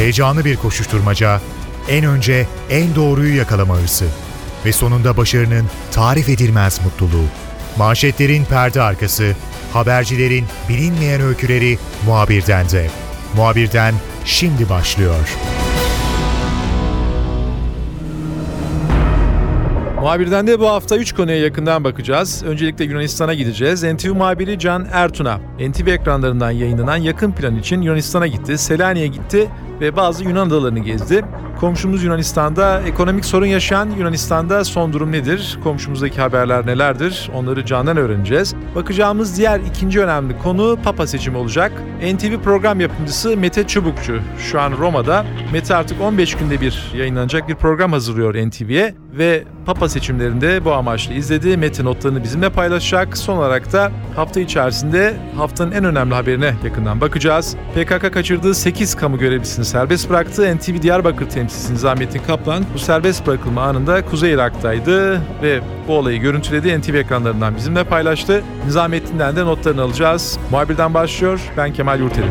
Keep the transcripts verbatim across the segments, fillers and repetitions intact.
Heyecanlı bir koşuşturmaca, en önce en doğruyu yakalama hırsı ve sonunda başarının tarif edilmez mutluluğu. Manşetlerin perde arkası, habercilerin bilinmeyen öyküleri Muhabir'den de. Muhabir'den şimdi başlıyor. Muhabir'den de bu hafta üç konuya yakından bakacağız. Öncelikle Yunanistan'a gideceğiz. N T V muhabiri Can Ertuna, N T V ekranlarından yayınlanan yakın plan için Yunanistan'a gitti, Selanik'e gitti ve bazı Yunan adalarını gezdi. Komşumuz Yunanistan'da ekonomik sorun yaşayan Yunanistan'da son durum nedir? Komşumuzdaki haberler nelerdir? Onları Can'dan öğreneceğiz. Bakacağımız diğer ikinci önemli konu Papa seçimi olacak. N T V program yapımcısı Mete Çubukçu şu an Roma'da. Mete artık on beş günde bir yayınlanacak bir program hazırlıyor N T V'ye ve Papa seçimlerinde bu amaçla izledi. Mete notlarını bizimle paylaşacak. Son olarak da hafta içerisinde haftanın en önemli haberine yakından bakacağız. P K K kaçırdığı sekiz kamu görevlisini serbest bıraktı. N T V Diyarbakır temsilcisi Nizamettin Kaplan bu serbest bırakılma anında Kuzey Irak'taydı ve bu olayı görüntüledi. N T V ekranlarından bizimle paylaştı. Nizamettin'den de notlarını alacağız. Muhabir'den başlıyor. Ben Kemal Yurteli.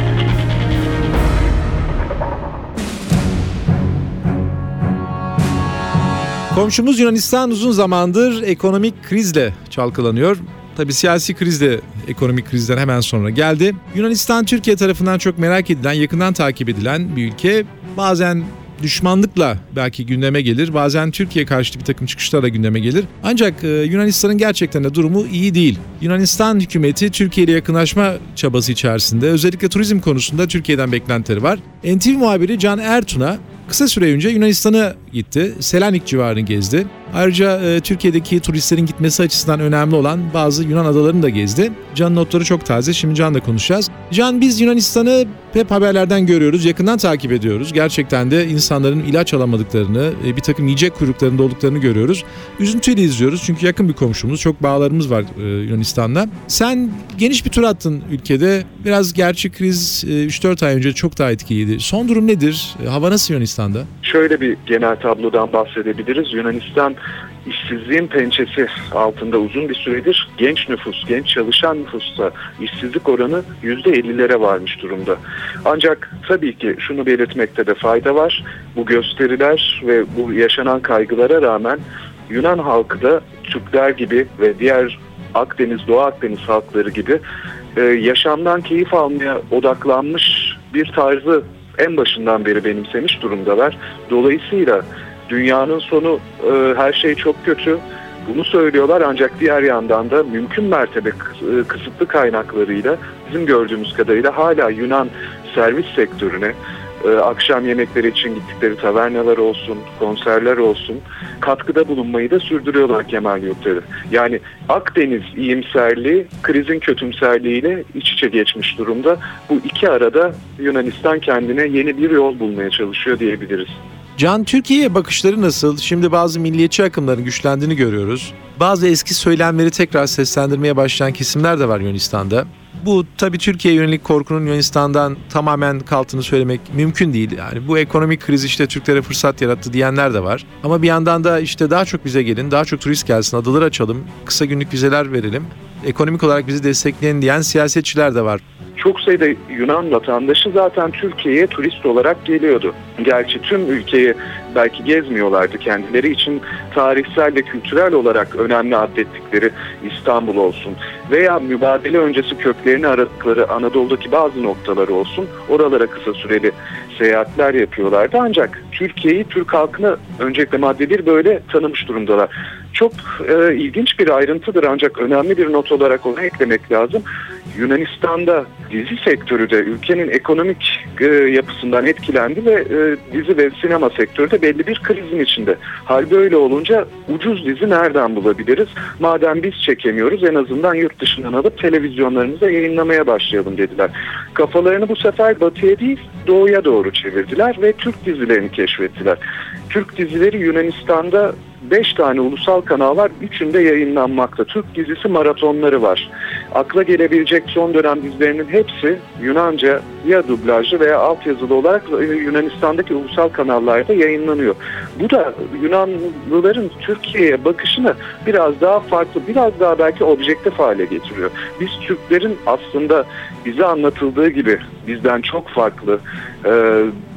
Komşumuz Yunanistan uzun zamandır ekonomik krizle çalkalanıyor. Tabii siyasi kriz de ekonomik krizden hemen sonra geldi. Yunanistan Türkiye tarafından çok merak edilen, yakından takip edilen bir ülke. Bazen düşmanlıkla belki gündeme gelir, bazen Türkiye karşıtı bir takım çıkışlarla gündeme gelir. Ancak e, Yunanistan'ın gerçekten de durumu iyi değil. Yunanistan hükümeti Türkiye ile yakınlaşma çabası içerisinde, özellikle turizm konusunda Türkiye'den beklentileri var. N T V muhabiri Can Ertuna kısa süre önce Yunanistan'a gitti. Selanik civarını gezdi. Ayrıca e, Türkiye'deki turistlerin gitmesi açısından önemli olan bazı Yunan adalarını da gezdi. Can'ın notları çok taze. Şimdi Can'la konuşacağız. Can, biz Yunanistan'ı hep haberlerden görüyoruz. Yakından takip ediyoruz. Gerçekten de insanların ilaç alamadıklarını, e, bir takım yiyecek kuyruklarında olduklarını görüyoruz. Üzüntüyle izliyoruz. Çünkü yakın bir komşumuz. Çok bağlarımız var e, Yunanistan'la. Sen geniş bir tur attın ülkede. Biraz gerçi kriz e, üç dört ay önce çok daha etkiliydi. Son durum nedir? E, hava nasıl Yunanistan'da? Şöyle bir genel tablodan bahsedebiliriz. Yunanistan işsizliğin pençesi altında uzun bir süredir genç nüfus, genç çalışan nüfusta işsizlik oranı yüzde ellilere varmış durumda. Ancak tabii ki şunu belirtmekte de fayda var. Bu gösteriler ve bu yaşanan kaygılara rağmen Yunan halkı da Türkler gibi ve diğer Akdeniz, Doğu Akdeniz halkları gibi yaşamdan keyif almaya odaklanmış bir tarzı en başından beri benimsemiş durumdalar. Dolayısıyla dünyanın sonu, e, her şey çok kötü. Bunu söylüyorlar ancak diğer yandan da mümkün mertebe e, kısıtlı kaynaklarıyla bizim gördüğümüz kadarıyla hala Yunan servis sektörüne, e, akşam yemekleri için gittikleri tavernalar olsun, konserler olsun katkıda bulunmayı da sürdürüyorlar Kemal Yurteli. Yani Akdeniz iyimserliği krizin kötümserliğiyle iç içe geçmiş durumda. Bu iki arada Yunanistan kendine yeni bir yol bulmaya çalışıyor diyebiliriz. Can, Türkiye'ye bakışları nasıl? Şimdi bazı milliyetçi akımların güçlendiğini görüyoruz. Bazı eski söylemleri tekrar seslendirmeye başlayan kesimler de var Yunanistan'da. Bu tabii Türkiye'ye yönelik korkunun Yunanistan'dan tamamen kalktığını söylemek mümkün değil. Yani bu ekonomik kriz işte Türklere fırsat yarattı diyenler de var. Ama bir yandan da işte daha çok bize gelin, daha çok turist gelsin, adaları açalım, kısa günlük vizeler verelim, ekonomik olarak bizi destekleyin diyen siyasetçiler de var. Çok sayıda Yunan vatandaşı zaten Türkiye'ye turist olarak geliyordu. Gerçi tüm ülkeyi belki gezmiyorlardı, kendileri için tarihsel ve kültürel olarak önemli adettikleri İstanbul olsun veya mübadele öncesi köklerini aradıkları Anadolu'daki bazı noktaları olsun, oralara kısa süreli seyahatler yapıyorlardı. Ancak Türkiye'yi, Türk halkına öncelikle madde bir böyle tanımış durumdalar. Çok e, ilginç bir ayrıntıdır ancak önemli bir not olarak onu eklemek lazım. Yunanistan'da dizi sektörü de ülkenin ekonomik e, yapısından etkilendi ve e, dizi ve sinema sektörü de belli bir krizin içinde. Hal böyle olunca ucuz dizi nereden bulabiliriz? Madem biz çekemiyoruz en azından yurt dışından alıp televizyonlarımıza yayınlamaya başlayalım dediler. Kafalarını bu sefer batıya değil doğuya doğru çevirdiler ve Türk dizilerini keşfettiler. Türk dizileri Yunanistan'da beş tane ulusal kanal var. Üçünde yayınlanmakta. Türk dizisi maratonları var. Akla gelebilecek son dönem dizilerinin hepsi Yunanca ya dublajlı veya altyazılı olarak Yunanistan'daki ulusal kanallarda yayınlanıyor. Bu da Yunanlıların Türkiye'ye bakışını biraz daha farklı, biraz daha belki objektif hale getiriyor. Biz Türklerin aslında bize anlatıldığı gibi bizden çok farklı,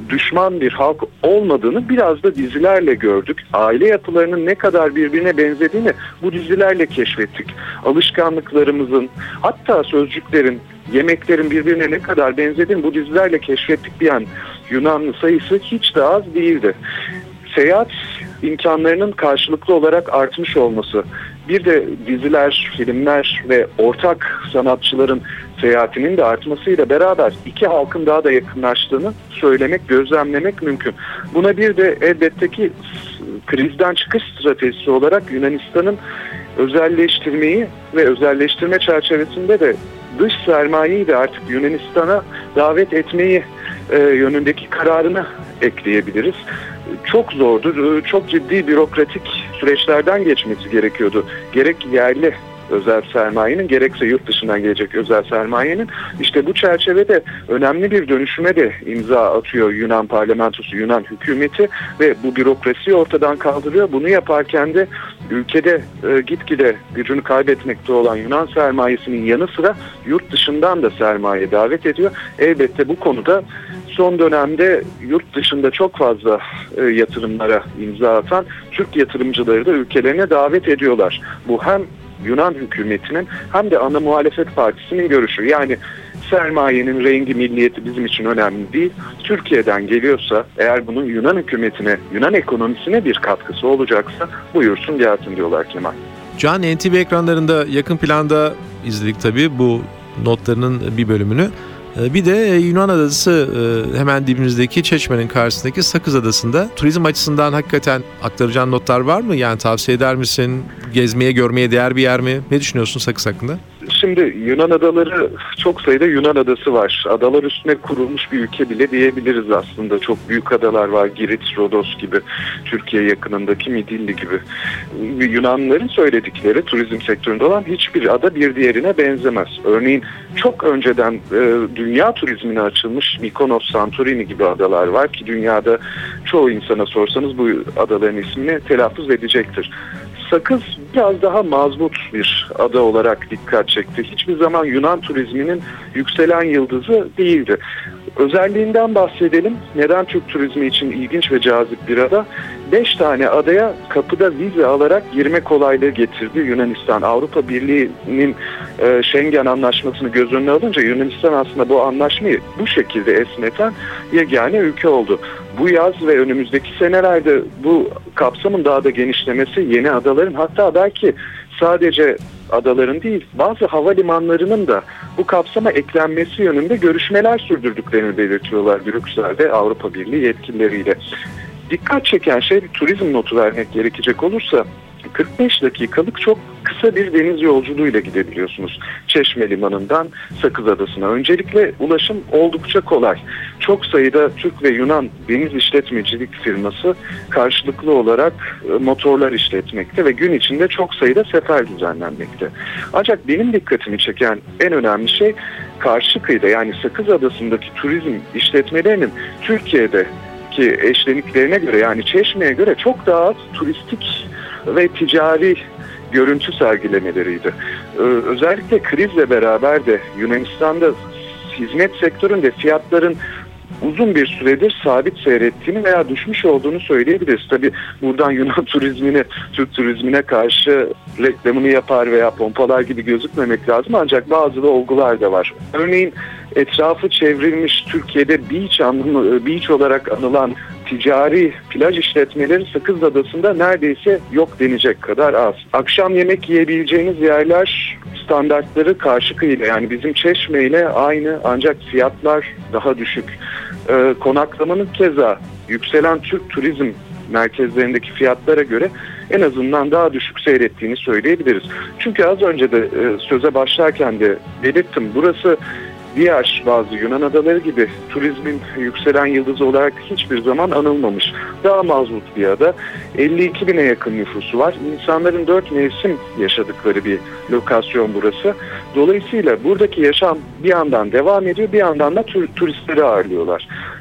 düşman bir halk olmadığını biraz da dizilerle gördük. Aile yapılarının ne kadar birbirine benzediğini bu dizilerle keşfettik. Alışkanlıklarımızın, hatta sözcüklerin, yemeklerin birbirine ne kadar benzediğini bu dizilerle keşfettik diyen Yunanlı sayısı hiç de az değildi. Seyahat imkanlarının karşılıklı olarak artmış olması, bir de diziler, filmler ve ortak sanatçıların seyahatinin de artmasıyla beraber iki halkın daha da yakınlaştığını söylemek, gözlemlemek mümkün. Buna bir de elbette ki krizden çıkış stratejisi olarak Yunanistan'ın özelleştirmeyi ve özelleştirme çerçevesinde de dış sermayeyi de artık Yunanistan'a davet etmeyi e, yönündeki kararını ekleyebiliriz. Çok zordu, çok ciddi bürokratik süreçlerden geçmesi gerekiyordu. Gerek yerli özel sermayenin gerekse yurt dışından gelecek özel sermayenin. İşte bu çerçevede önemli bir dönüşüme de imza atıyor Yunan parlamentosu, Yunan hükümeti ve bu bürokrasiyi ortadan kaldırıyor. Bunu yaparken de ülkede e, gitgide gücünü kaybetmekte olan Yunan sermayesinin yanı sıra yurt dışından da sermaye davet ediyor. Elbette bu konuda son dönemde yurt dışında çok fazla e, yatırımlara imza atan Türk yatırımcıları da ülkelerine davet ediyorlar. Bu hem Yunan hükümetinin hem de ana muhalefet partisinin görüşü. Yani sermayenin rengi, milliyeti bizim için önemli değil. Türkiye'den geliyorsa eğer bunun Yunan hükümetine, Yunan ekonomisine bir katkısı olacaksa buyursun gelsin diyorlar Kemal. Can, N T V ekranlarında yakın planda izledik tabii bu notlarının bir bölümünü. Bir de Yunan adası hemen dibimizdeki Çeşme'nin karşısındaki Sakız Adası'nda turizm açısından hakikaten aktaracağın notlar var mı? Yani tavsiye eder misin? Gezmeye, görmeye değer bir yer mi? Ne düşünüyorsun Sakız hakkında? Şimdi Yunan adaları, çok sayıda Yunan adası var. Adalar üstüne kurulmuş bir ülke bile diyebiliriz aslında. Çok büyük adalar var. Girit, Rodos gibi, Türkiye yakınındaki Midilli gibi. Yunanlıların söyledikleri turizm sektöründe olan hiçbir ada bir diğerine benzemez. Örneğin çok önceden e, dünya turizmine açılmış Mikonos, Santorini gibi adalar var ki dünyada çoğu insana sorsanız bu adaların ismini telaffuz edecektir. Sakız biraz daha mazbut bir ada olarak dikkat çekti. Hiçbir zaman Yunan turizminin yükselen yıldızı değildi. Özelliğinden bahsedelim. Neden Türk turizmi için ilginç ve cazip bir ada? Beş tane adaya kapıda vize alarak girme kolaylığı getirdi Yunanistan. Avrupa Birliği'nin e, Schengen anlaşmasını göz önüne alınca Yunanistan aslında bu anlaşmayı bu şekilde esneten yegane ülke oldu. Bu yaz ve önümüzdeki senelerde bu kapsamın daha da genişlemesi, yeni adaların, hatta belki sadece adaların değil bazı havalimanlarının da bu kapsama eklenmesi yönünde görüşmeler sürdürdüklerini belirtiyorlar Brüksel'de Avrupa Birliği yetkilileriyle. Dikkat çeken şey, bir turizm notu vermek gerekecek olursa, kırk beş dakikalık çok kısa bir deniz yolculuğuyla gidebiliyorsunuz Çeşme Limanı'ndan Sakız Adası'na. Öncelikle ulaşım oldukça kolay. Çok sayıda Türk ve Yunan deniz işletmecilik firması karşılıklı olarak motorlar işletmekte ve gün içinde çok sayıda sefer düzenlenmekte. Ancak benim dikkatimi çeken en önemli şey, karşı kıyıda yani Sakız Adası'ndaki turizm işletmelerinin Türkiye'de ki eşleniklerine göre, yani Çeşme'ye göre çok daha az turistik ve ticari görüntü sergilemeleriydi. Ee, özellikle krizle beraber de Yunanistan'da hizmet sektöründe fiyatların uzun bir süredir sabit seyrettiğini veya düşmüş olduğunu söyleyebiliriz. Tabii buradan Yunan turizmine, Türk turizmine karşı reklamını yapar veya pompalar gibi gözükmemek lazım, ancak bazı da olgular da var. Örneğin etrafı çevrilmiş Türkiye'de beach, anlamı, beach olarak anılan ticari plaj işletmeleri Sakız Adası'nda neredeyse yok denecek kadar az. Akşam yemek yiyebileceğiniz yerler standartları karşı kıyıyla, yani bizim Çeşme ile aynı, ancak fiyatlar daha düşük. Ee, konaklamanın keza yükselen Türk turizm merkezlerindeki fiyatlara göre en azından daha düşük seyrettiğini söyleyebiliriz. Çünkü az önce de e, söze başlarken de belirttim, burası diğer bazı Yunan adaları gibi turizmin yükselen yıldızı olarak hiçbir zaman anılmamış. Daha mazbut bir ada. elli iki bine yakın nüfusu var. İnsanların dört mevsim yaşadıkları bir lokasyon burası. Dolayısıyla buradaki yaşam bir yandan devam ediyor, bir yandan da tur- turistleri ağırlıyorlar.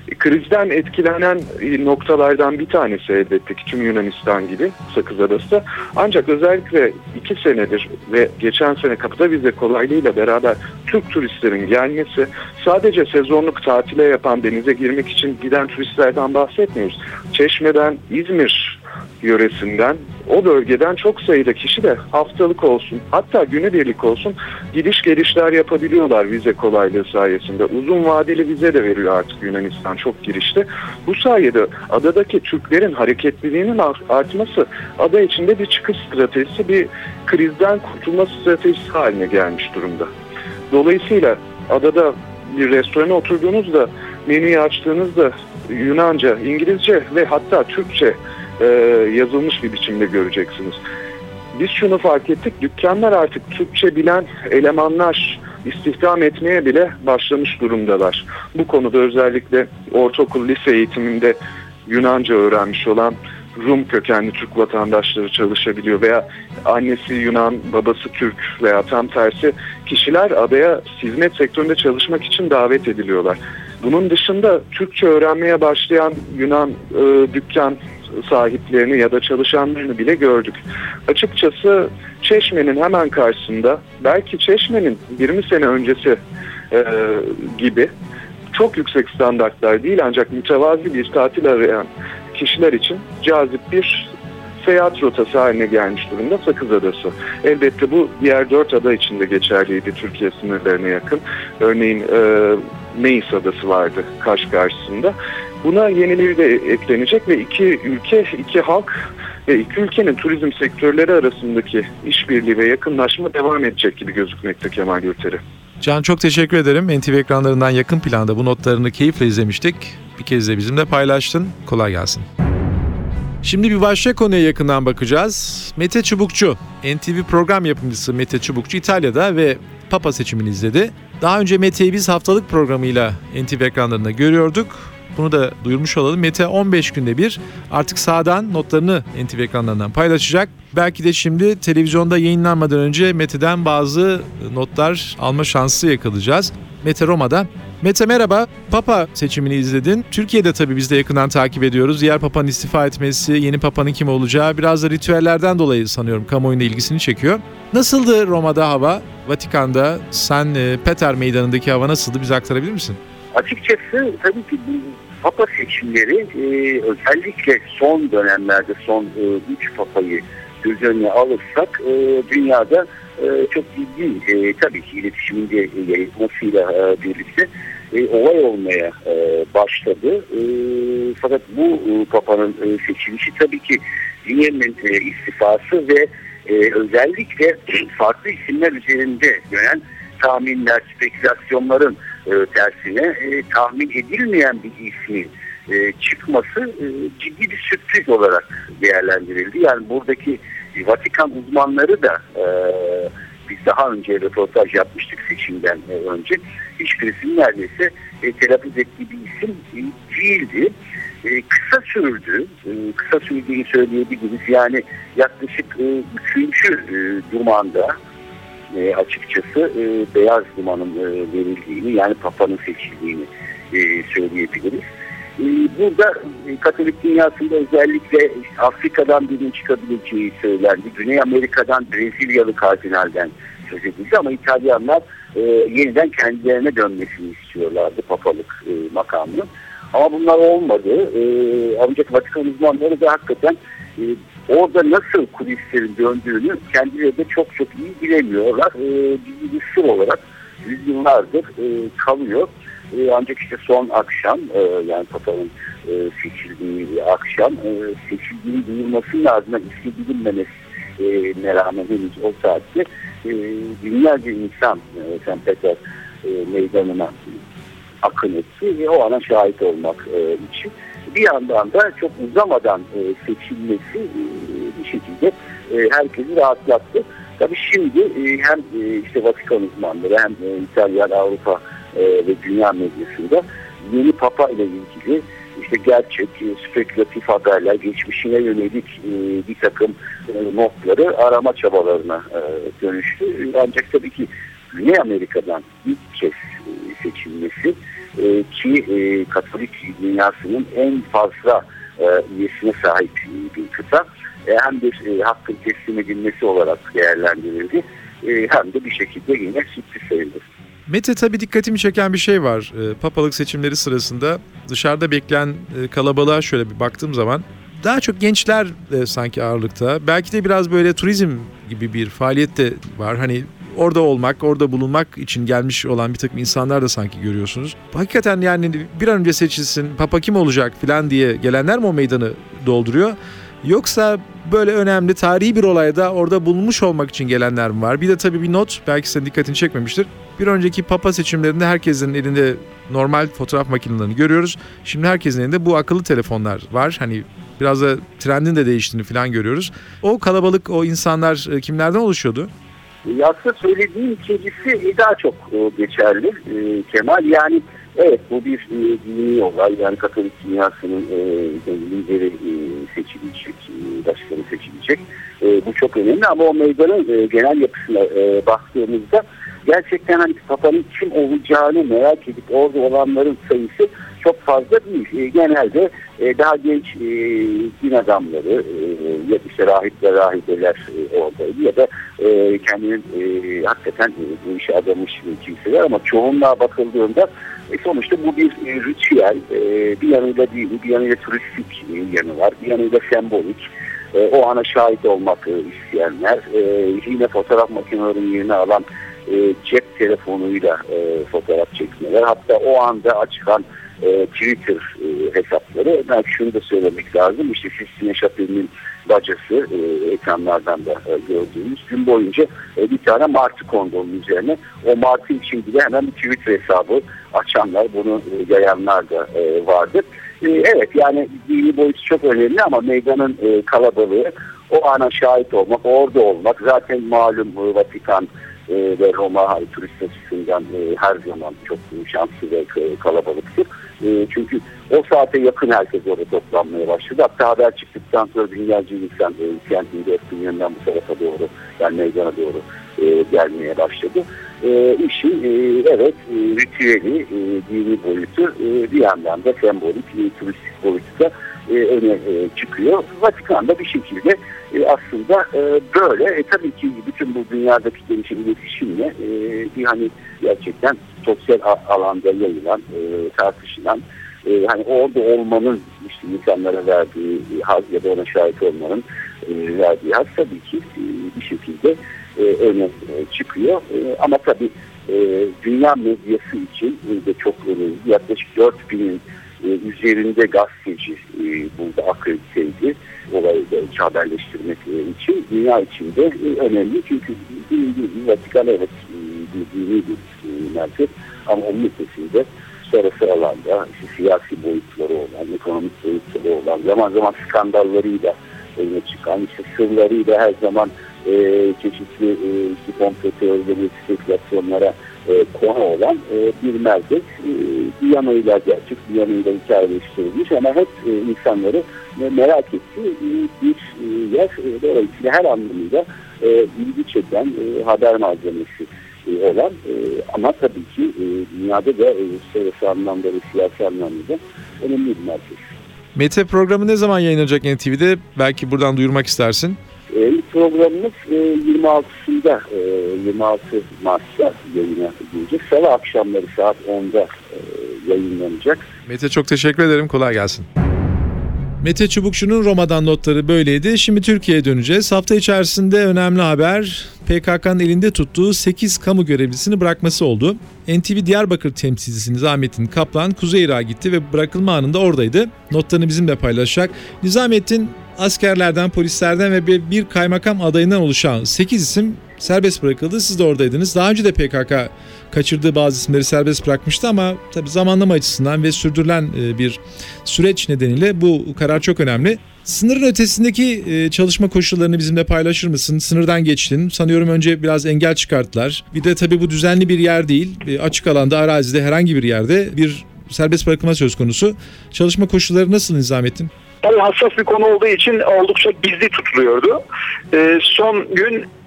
Krizden etkilenen noktalardan bir tanesi elbette ki tüm Yunanistan gibi Sakız Adası. Ancak özellikle iki senedir ve geçen sene kapıda vize kolaylığıyla beraber Türk turistlerin gelmesi, sadece sezonluk tatile yapan, denize girmek için giden turistlerden bahsetmiyoruz. Çeşme'den, İzmir yöresinden, o bölgeden çok sayıda kişi de haftalık olsun, hatta günübirlik olsun gidiş gelişler yapabiliyorlar vize kolaylığı sayesinde. Uzun vadeli vize de veriyor artık Yunanistan çok girişte. Bu sayede adadaki Türklerin hareketliliğinin artması ada içinde bir çıkış stratejisi, bir krizden kurtulma stratejisi haline gelmiş durumda. Dolayısıyla adada bir restorana oturduğunuzda, menüyü açtığınızda Yunanca, İngilizce ve hatta Türkçe e, yazılmış bir biçimde göreceksiniz. Biz şunu fark ettik, dükkanlar artık Türkçe bilen elemanlar istihdam etmeye bile başlamış durumdalar. Bu konuda özellikle ortaokul, lise eğitiminde Yunanca öğrenmiş olan Rum kökenli Türk vatandaşları çalışabiliyor veya annesi Yunan, babası Türk veya tam tersi kişiler adaya hizmet sektöründe çalışmak için davet ediliyorlar. Bunun dışında Türkçe öğrenmeye başlayan Yunan e, dükkan sahiplerini ya da çalışanlarını bile gördük. Açıkçası Çeşme'nin hemen karşısında, belki Çeşme'nin yirmi sene öncesi e, gibi çok yüksek standartlar değil ancak mütevazi bir tatil arayan kişiler için cazip bir seyahat rotası haline gelmiş durumda Sakız Adası. Elbette bu diğer dört ada için de geçerliydi Türkiye sınırlarına yakın. Örneğin e, Meis Adası vardı Kaş karşısında. Buna yenileri de eklenecek ve iki ülke, iki halk ve iki ülkenin turizm sektörleri arasındaki işbirliği ve yakınlaşma devam edecek gibi gözükmekte Kemal Yurteri. Can, çok teşekkür ederim. N T V ekranlarından yakın planda bu notlarını keyifle izlemiştik. Bir kez de bizimle paylaştın. Kolay gelsin. Şimdi bir başka konuya yakından bakacağız. Mete Çubukçu, N T V program yapımcısı Mete Çubukçu İtalya'da ve Papa seçimini izledi. Daha önce Mete'yi biz haftalık programıyla N T V ekranlarında görüyorduk. Bunu da duyurmuş olalım. Mete on beş günde bir artık sahadan notlarını N T V ekranlarından paylaşacak. Belki de şimdi televizyonda yayınlanmadan önce Mete'den bazı notlar alma şansı yakalayacağız. Mete Roma'da. Mete merhaba. Papa seçimini izledin. Türkiye'de tabii biz de yakından takip ediyoruz. Diğer Papa'nın istifa etmesi, yeni Papa'nın kim olacağı biraz da ritüellerden dolayı sanıyorum kamuoyunun ilgisini çekiyor. Nasıldı Roma'da hava? Vatikan'da, San Peter Meydanı'ndaki hava nasıldı? Bize aktarabilir misin? Açıkçası tabii ki bu Papa seçimleri e, özellikle son dönemlerde son e, üç Papa'yı göz önüne alırsak e, dünyada e, çok ciddi e, tabii ki iletişiminde yayılmasıyla e, birlikte e, olay olmaya e, başladı. E, fakat bu e, Papa'nın e, seçilişi tabii ki dünyanın e, istifası ve e, özellikle farklı isimler üzerinde dönen tahminler, spekülasyonların e, tersine e, tahmin edilmeyen bir ismin e, çıkması e, ciddi bir sürpriz olarak değerlendirildi. Yani buradaki e, Vatikan uzmanları da e, biz daha önce röportaj yapmıştık seçimden e, önce. Hiçbirisinin neredeyse e, telaffuz ettiği bir isim e, değildi. E, kısa sürdü. E, kısa sürdüğünü söyleyebiliriz. Yani yaklaşık e, üçüncü e, dumanda E, açıkçası e, beyaz dumanın e, verildiğini, yani Papa'nın seçildiğini e, söyleyebiliriz. E, burada e, Katolik dünyasında özellikle işte Afrika'dan birinin çıkabileceği söylendi. Güney Amerika'dan Brezilyalı kardinalden söz edildi ama İtalyanlar e, yeniden kendilerine dönmesini istiyorlardı papalık e, makamını. Ama bunlar olmadı. E, ancak Vatikan uzmanları da hakikaten e, orada nasıl kulislerin döndüğünü kendileri de çok çok iyi bilemiyorlar. E, bir sır olarak yüzyıllardır e, kalıyor. E, ancak işte son akşam e, yani Papa'nın e, seçildiği akşam e, seçildiğini duyurmasının ardından ismi bilinmemesine rağmen henüz o saatte e, binlerce insan e, San Peter e, meydanına akın etti ve o ana şahit olmak e, için. Bir yandan da çok uzamadan e, seçilmesi e, bir şekilde e, herkesi rahatlattı. Tabii şimdi e, hem e, işte Vatikan uzmanları hem e, İtalyan, Avrupa e, ve dünya medyasında yeni Papa ile ilgili işte gerçek, e, spekülatif haberler, geçmişine yönelik e, bir takım e, notları arama çabalarına e, dönüştü. Ancak tabii ki Güney Amerika'dan ilk kez e, seçilmesi e, ki e, Katolik dünyasının en fazla e, üyesine sahip bir kıta. E, hem bir e, hakkın teslim edilmesi olarak değerlendirildi e, hem de bir şekilde yine sürpriz sayılır. Mete, tabii dikkatimi çeken bir şey var. E, papalık seçimleri sırasında dışarıda bekleyen e, kalabalığa şöyle bir baktığım zaman daha çok gençler e, sanki ağırlıkta. Belki de biraz böyle turizm gibi bir faaliyet de var. Hani orada olmak, orada bulunmak için gelmiş olan bir takım insanlar da sanki görüyorsunuz. Hakikaten yani bir an önce seçilsin, papa kim olacak falan diye gelenler mi o meydanı dolduruyor? Yoksa böyle önemli tarihi bir olayda orada bulunmuş olmak için gelenler mi var? Bir de tabii bir not, belki senin dikkatini çekmemiştir. Bir önceki papa seçimlerinde herkesin elinde normal fotoğraf makinelerini görüyoruz. Şimdi herkesin elinde bu akıllı telefonlar var. Hani biraz da trendin de değiştiğini falan görüyoruz. O kalabalık, o insanlar kimlerden oluşuyordu? Aslında söylediğim ikincisi daha çok geçerli Kemal. Yani evet, bu bir e, dini olay. Yani Katolik dünyasının e, lideri e, seçilecek, e, başkanı seçilecek. E, bu çok önemli ama o meydanın e, genel yapısına e, baktığımızda gerçekten hani Papa'nın kim olacağını merak edip orada olanların sayısı çok fazla değil. E, genelde e, daha genç e, din adamları, e, ya işte rahipler, rahibeler e, oradaydı ya da e, kendinin e, hakikaten e, bu işe adamış kimseler ama çoğunluğa bakıldığında E sonuçta bu bir e, ritüel, e, bir yanıyla değil, bir yanıyla turistik e, yanı var, bir yanıyla sembolik. E, o ana şahit olmak e, isteyenler, e, yine fotoğraf makinelerinin yerini alan e, cep telefonuyla e, fotoğraf çekmeler, hatta o anda açılan e, Twitter e, hesapları. Belki şunu da söylemek lazım, işte Sistine Şapeli'nin bacası, e, ekranlardan da e, gördüğümüz gün boyunca e, bir tane martı kondu onun üzerine. O martı için bile hemen bir Twitter hesabı açanlar, bunu e, yayanlar da e, vardı. E, evet, yani dini boyutu çok önemli ama meydanın e, kalabalığı, o ana şahit olmak, orada olmak, zaten malum e, Vatikan e, ve Roma hani, turist açısından e, her zaman çok şanslı ve kalabalıktır. E, çünkü o saate yakın herkes orada toplanmaya başladı. Hatta haber çıktıktan sonra dünyaca insan e, kentin dört bin yönden bu tarafa doğru, yani meydana doğru e, gelmeye başladı. E, işin e, evet e, ritüeli, e, dini boyutu, e, bir yandan da sembolik, e, turistik boyutu da e, öne e, çıkıyor. Vatikan'da bir şekilde e, aslında e, böyle. E, tabii ki bütün bu dünyadaki gelişim iletişimle e, bir hani gerçekten sosyal alanda yayılan, e, tartışılan, e, hani orada olmanın işte insanlara verdiği haz ya da ona şahit olmanın e, verdiği haz tabii ki e, bir şekilde e, öne e, çıkıyor. E, ama tabii e, dünya medyası için e, de çok önemli. Yaklaşık dört binin e, üzerinde gazeteci e, burada akrediteydi. Olayı da haberleştirmek e, için. Dünya içinde e, önemli. Çünkü Vatikan evet e, bir dini bir e, merkez ama onun ötesinde uluslararası alanda işte siyasi boyutları olan, ekonomik boyutları olan, zaman zaman skandallarıyla öne çıkan, işte sırlarıyla her zaman e, çeşitli e, işte komplo teorileri, spekülasyonlara e, konu olan e, bir merkez. E, bir yanıyla gerçek, bir yanıyla hikayeleştirilmiş ama hep e, insanları e, merak ettiği e, bir e, yer. E, dolayısıyla her anlamıyla e, ilgi çeken e, haber malzemesi e, olan e, ama tabii ki e, dünyada da e, uluslararası anlamda ve siyasi anlamda da önemli bir merkez. Mete, programı ne zaman yayınlanacak N T V'de? Belki buradan duyurmak istersin. E, programımız e, yirmi altısında, e, yirmi altı Mart'ta yayına girecek. Salı akşamları saat onda e, yayınlanacak. Mete, çok teşekkür ederim. Kolay gelsin. Mete Çubukçu'nun Roma'dan notları böyleydi. Şimdi Türkiye'ye döneceğiz. Hafta içerisinde önemli haber P K K'nın elinde tuttuğu sekiz kamu görevlisini bırakması oldu. N T V Diyarbakır temsilcisi Nizamettin Kaplan Kuzey Irak'a gitti ve bırakılma anında oradaydı. Notlarını bizimle paylaşacak. Nizamettin askerlerden, polislerden ve bir kaymakam adayından oluşan sekiz isim serbest bırakıldı. Siz de oradaydınız. Daha önce de P K K kaçırdığı bazı isimleri serbest bırakmıştı ama tabii zamanlama açısından ve sürdürülen bir süreç nedeniyle bu karar çok önemli. Sınırın ötesindeki çalışma koşullarını bizimle paylaşır mısın? Sınırdan geçtin. Sanıyorum önce biraz engel çıkarttılar. Bir de tabii bu düzenli bir yer değil. Açık alanda, arazide, herhangi bir yerde bir serbest bırakılma söz konusu. Çalışma koşulları nasıl Nizamettin? Tabii hassas bir konu olduğu için oldukça gizli tutuluyordu. Ee, son gün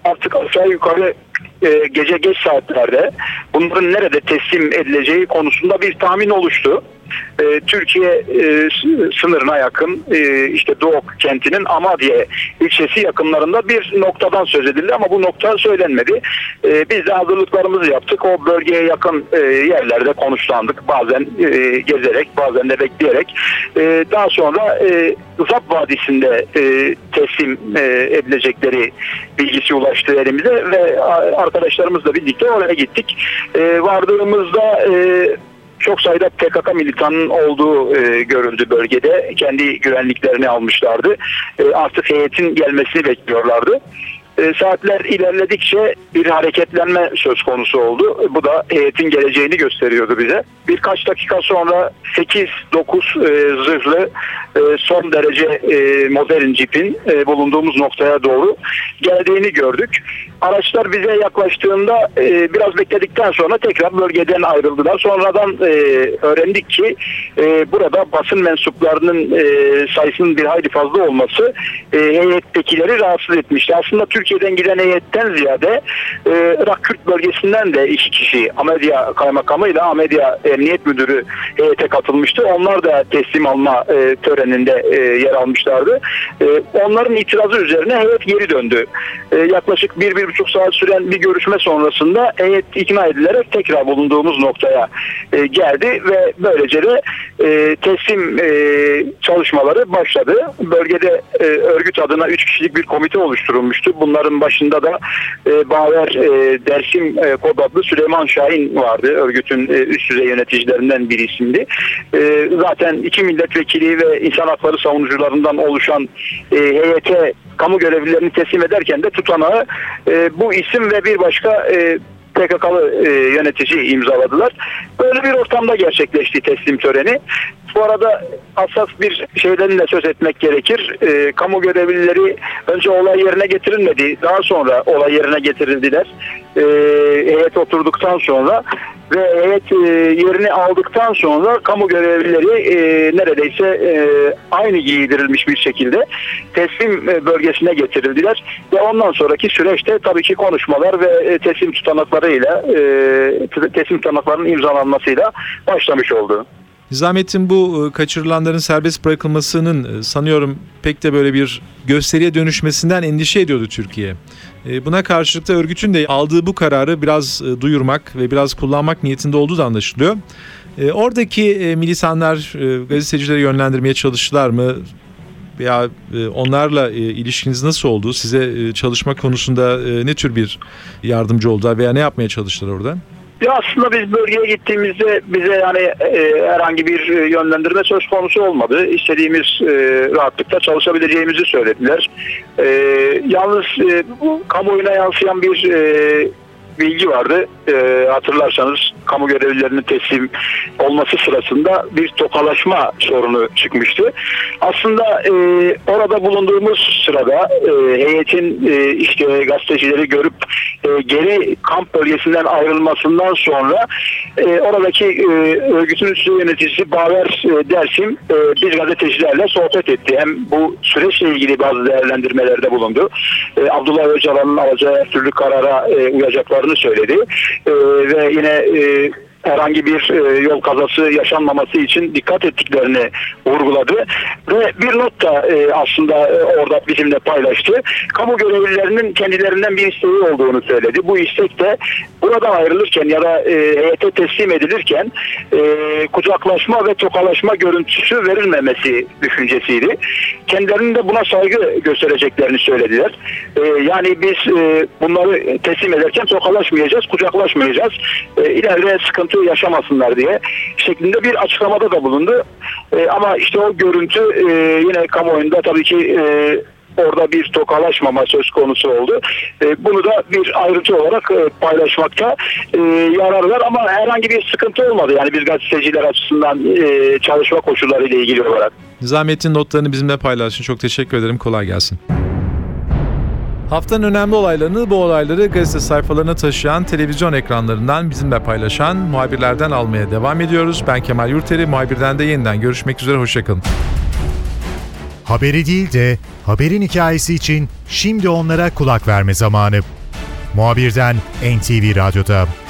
artık aşağı yukarı e, gece geç saatlerde bunların nerede teslim edileceği konusunda bir tahmin oluştu. E, Türkiye e, sınırına yakın e, işte Doğu kentinin Amadiye ilçesi yakınlarında bir noktadan söz edildi ama bu nokta söylenmedi. E, biz de hazırlıklarımızı yaptık. O bölgeye yakın e, yerlerde konuşlandık. Bazen e, gezerek, bazen de bekleyerek. E, daha sonra e, Zap Vadisi'nde e, teslim e, edilecekleri bilgisi ulaştı elimize ve arkadaşlarımızla birlikte oraya gittik. E, vardığımızda e, çok sayıda P K K militanının olduğu e, görüldü bölgede. Kendi güvenliklerini almışlardı. E, artık heyetin gelmesini bekliyorlardı. E, saatler ilerledikçe bir hareketlenme söz konusu oldu. Bu da heyetin geleceğini gösteriyordu bize. Birkaç dakika sonra sekiz dokuz e, zırhlı e, son derece e, modern cipin e, bulunduğumuz noktaya doğru geldiğini gördük. Araçlar bize yaklaştığında e, biraz bekledikten sonra tekrar bölgeden ayrıldılar. Sonradan e, öğrendik ki e, burada basın mensuplarının e, sayısının bir hayli fazla olması e, heyettekileri rahatsız etmişti. Aslında Türkiye'den giden heyetten ziyade e, Irak Kürt bölgesinden de iki kişi Ahmediye Kaymakamı ile Ahmediye Emniyet Müdürü heyete katılmıştı. Onlar da teslim alma e, töreninde e, yer almışlardı. E, onların itirazı üzerine heyet geri döndü. E, yaklaşık bir, bir buçuk saat süren bir görüşme sonrasında heyet ikna edilerek tekrar bulunduğumuz noktaya e, geldi ve böylece de e, teslim e, çalışmaları başladı. Bölgede e, örgüt adına üç kişilik bir komite oluşturulmuştu. Bunların başında da e, Baver e, Dersim e, Kod adlı Süleyman Şahin vardı. Örgütün e, üst düzey yöneticilerinden bir isimdi. E, zaten iki milletvekili ve insan hakları savunucularından oluşan e, heyete kamu görevlilerini teslim ederken de tutanağı e, bu isim ve bir başka e, P K K'lı e, yönetici imzaladılar. Böyle bir ortamda gerçekleşti teslim töreni. Bu arada hassas bir şeyden de söz etmek gerekir. E, kamu görevlileri önce olay yerine getirilmedi. Daha sonra olay yerine getirildiler. E, heyet oturduktan sonra ve heyet e, yerini aldıktan sonra kamu görevlileri e, neredeyse e, aynı giydirilmiş bir şekilde teslim e, bölgesine getirildiler. Ve ondan sonraki süreçte tabii ki konuşmalar ve e, teslim tutanaklarıyla e, teslim tutanaklarının imzalanmasıyla başlamış oldu. Nizamettin, bu kaçırılanların serbest bırakılmasının sanıyorum pek de böyle bir gösteriye dönüşmesinden endişe ediyordu Türkiye. Buna karşılık da örgütün de aldığı bu kararı biraz duyurmak ve biraz kullanmak niyetinde olduğu da anlaşılıyor. Oradaki militanlar gazetecileri yönlendirmeye çalıştılar mı? Veya onlarla ilişkiniz nasıl oldu? Size çalışma konusunda ne tür bir yardımcı oldular veya ne yapmaya çalıştılar orada? Ya aslında biz bölgeye gittiğimizde bize yani e, herhangi bir yönlendirme söz konusu olmadı. İstediğimiz e, rahatlıkta çalışabileceğimizi söylediler. E, yalnız e, bu kamuoyuna yansıyan bir e, bilgi vardı. E, hatırlarsanız kamu görevlilerinin teslim olması sırasında bir tokalaşma sorunu çıkmıştı. Aslında e, orada bulunduğumuz sırada e, heyetin e, işte gazetecileri görüp e, geri kamp bölgesinden ayrılmasından sonra e, oradaki e, örgütün üst yöneticisi Baver e, Dersim e, biz gazetecilerle sohbet etti. Hem bu süreçle ilgili bazı değerlendirmelerde bulundu. E, Abdullah Öcalan'ın alacağı her türlü karara e, uyacaklarını söyledi. E, ve yine e, herhangi bir e, yol kazası yaşanmaması için dikkat ettiklerini vurguladı. Ve bir not da e, aslında e, orada bizimle paylaştı. Kamu görevlilerinin kendilerinden bir isteği olduğunu söyledi. Bu istek de buradan ayrılırken ya da e, heyete teslim edilirken e, kucaklaşma ve tokalaşma görüntüsü verilmemesi düşüncesiydi. Kendilerinin de buna saygı göstereceklerini söylediler. E, yani biz e, bunları teslim ederken tokalaşmayacağız, kucaklaşmayacağız. E, ileride sıkıntı yaşamasınlar diye şeklinde bir açıklamada da bulundu. E, ama işte o görüntü e, yine kamuoyunda tabii ki e, orada bir tokalaşmama söz konusu oldu. E, bunu da bir ayrıntı olarak e, paylaşmakta e, yarar var ama herhangi bir sıkıntı olmadı. Yani biz gazeteciler açısından e, çalışma koşulları ile ilgili olarak. Nizamettin notlarını bizimle paylaştın. Çok teşekkür ederim. Kolay gelsin. Haftanın önemli olaylarını, bu olayları gazete sayfalarına taşıyan, televizyon ekranlarından bizimle paylaşan muhabirlerden almaya devam ediyoruz. Ben Kemal Yurteri, muhabirden de yeniden görüşmek üzere, hoşçakalın. Haberi değil de haberin hikayesi için şimdi onlara kulak verme zamanı. muhabirden N T V Radyo'da.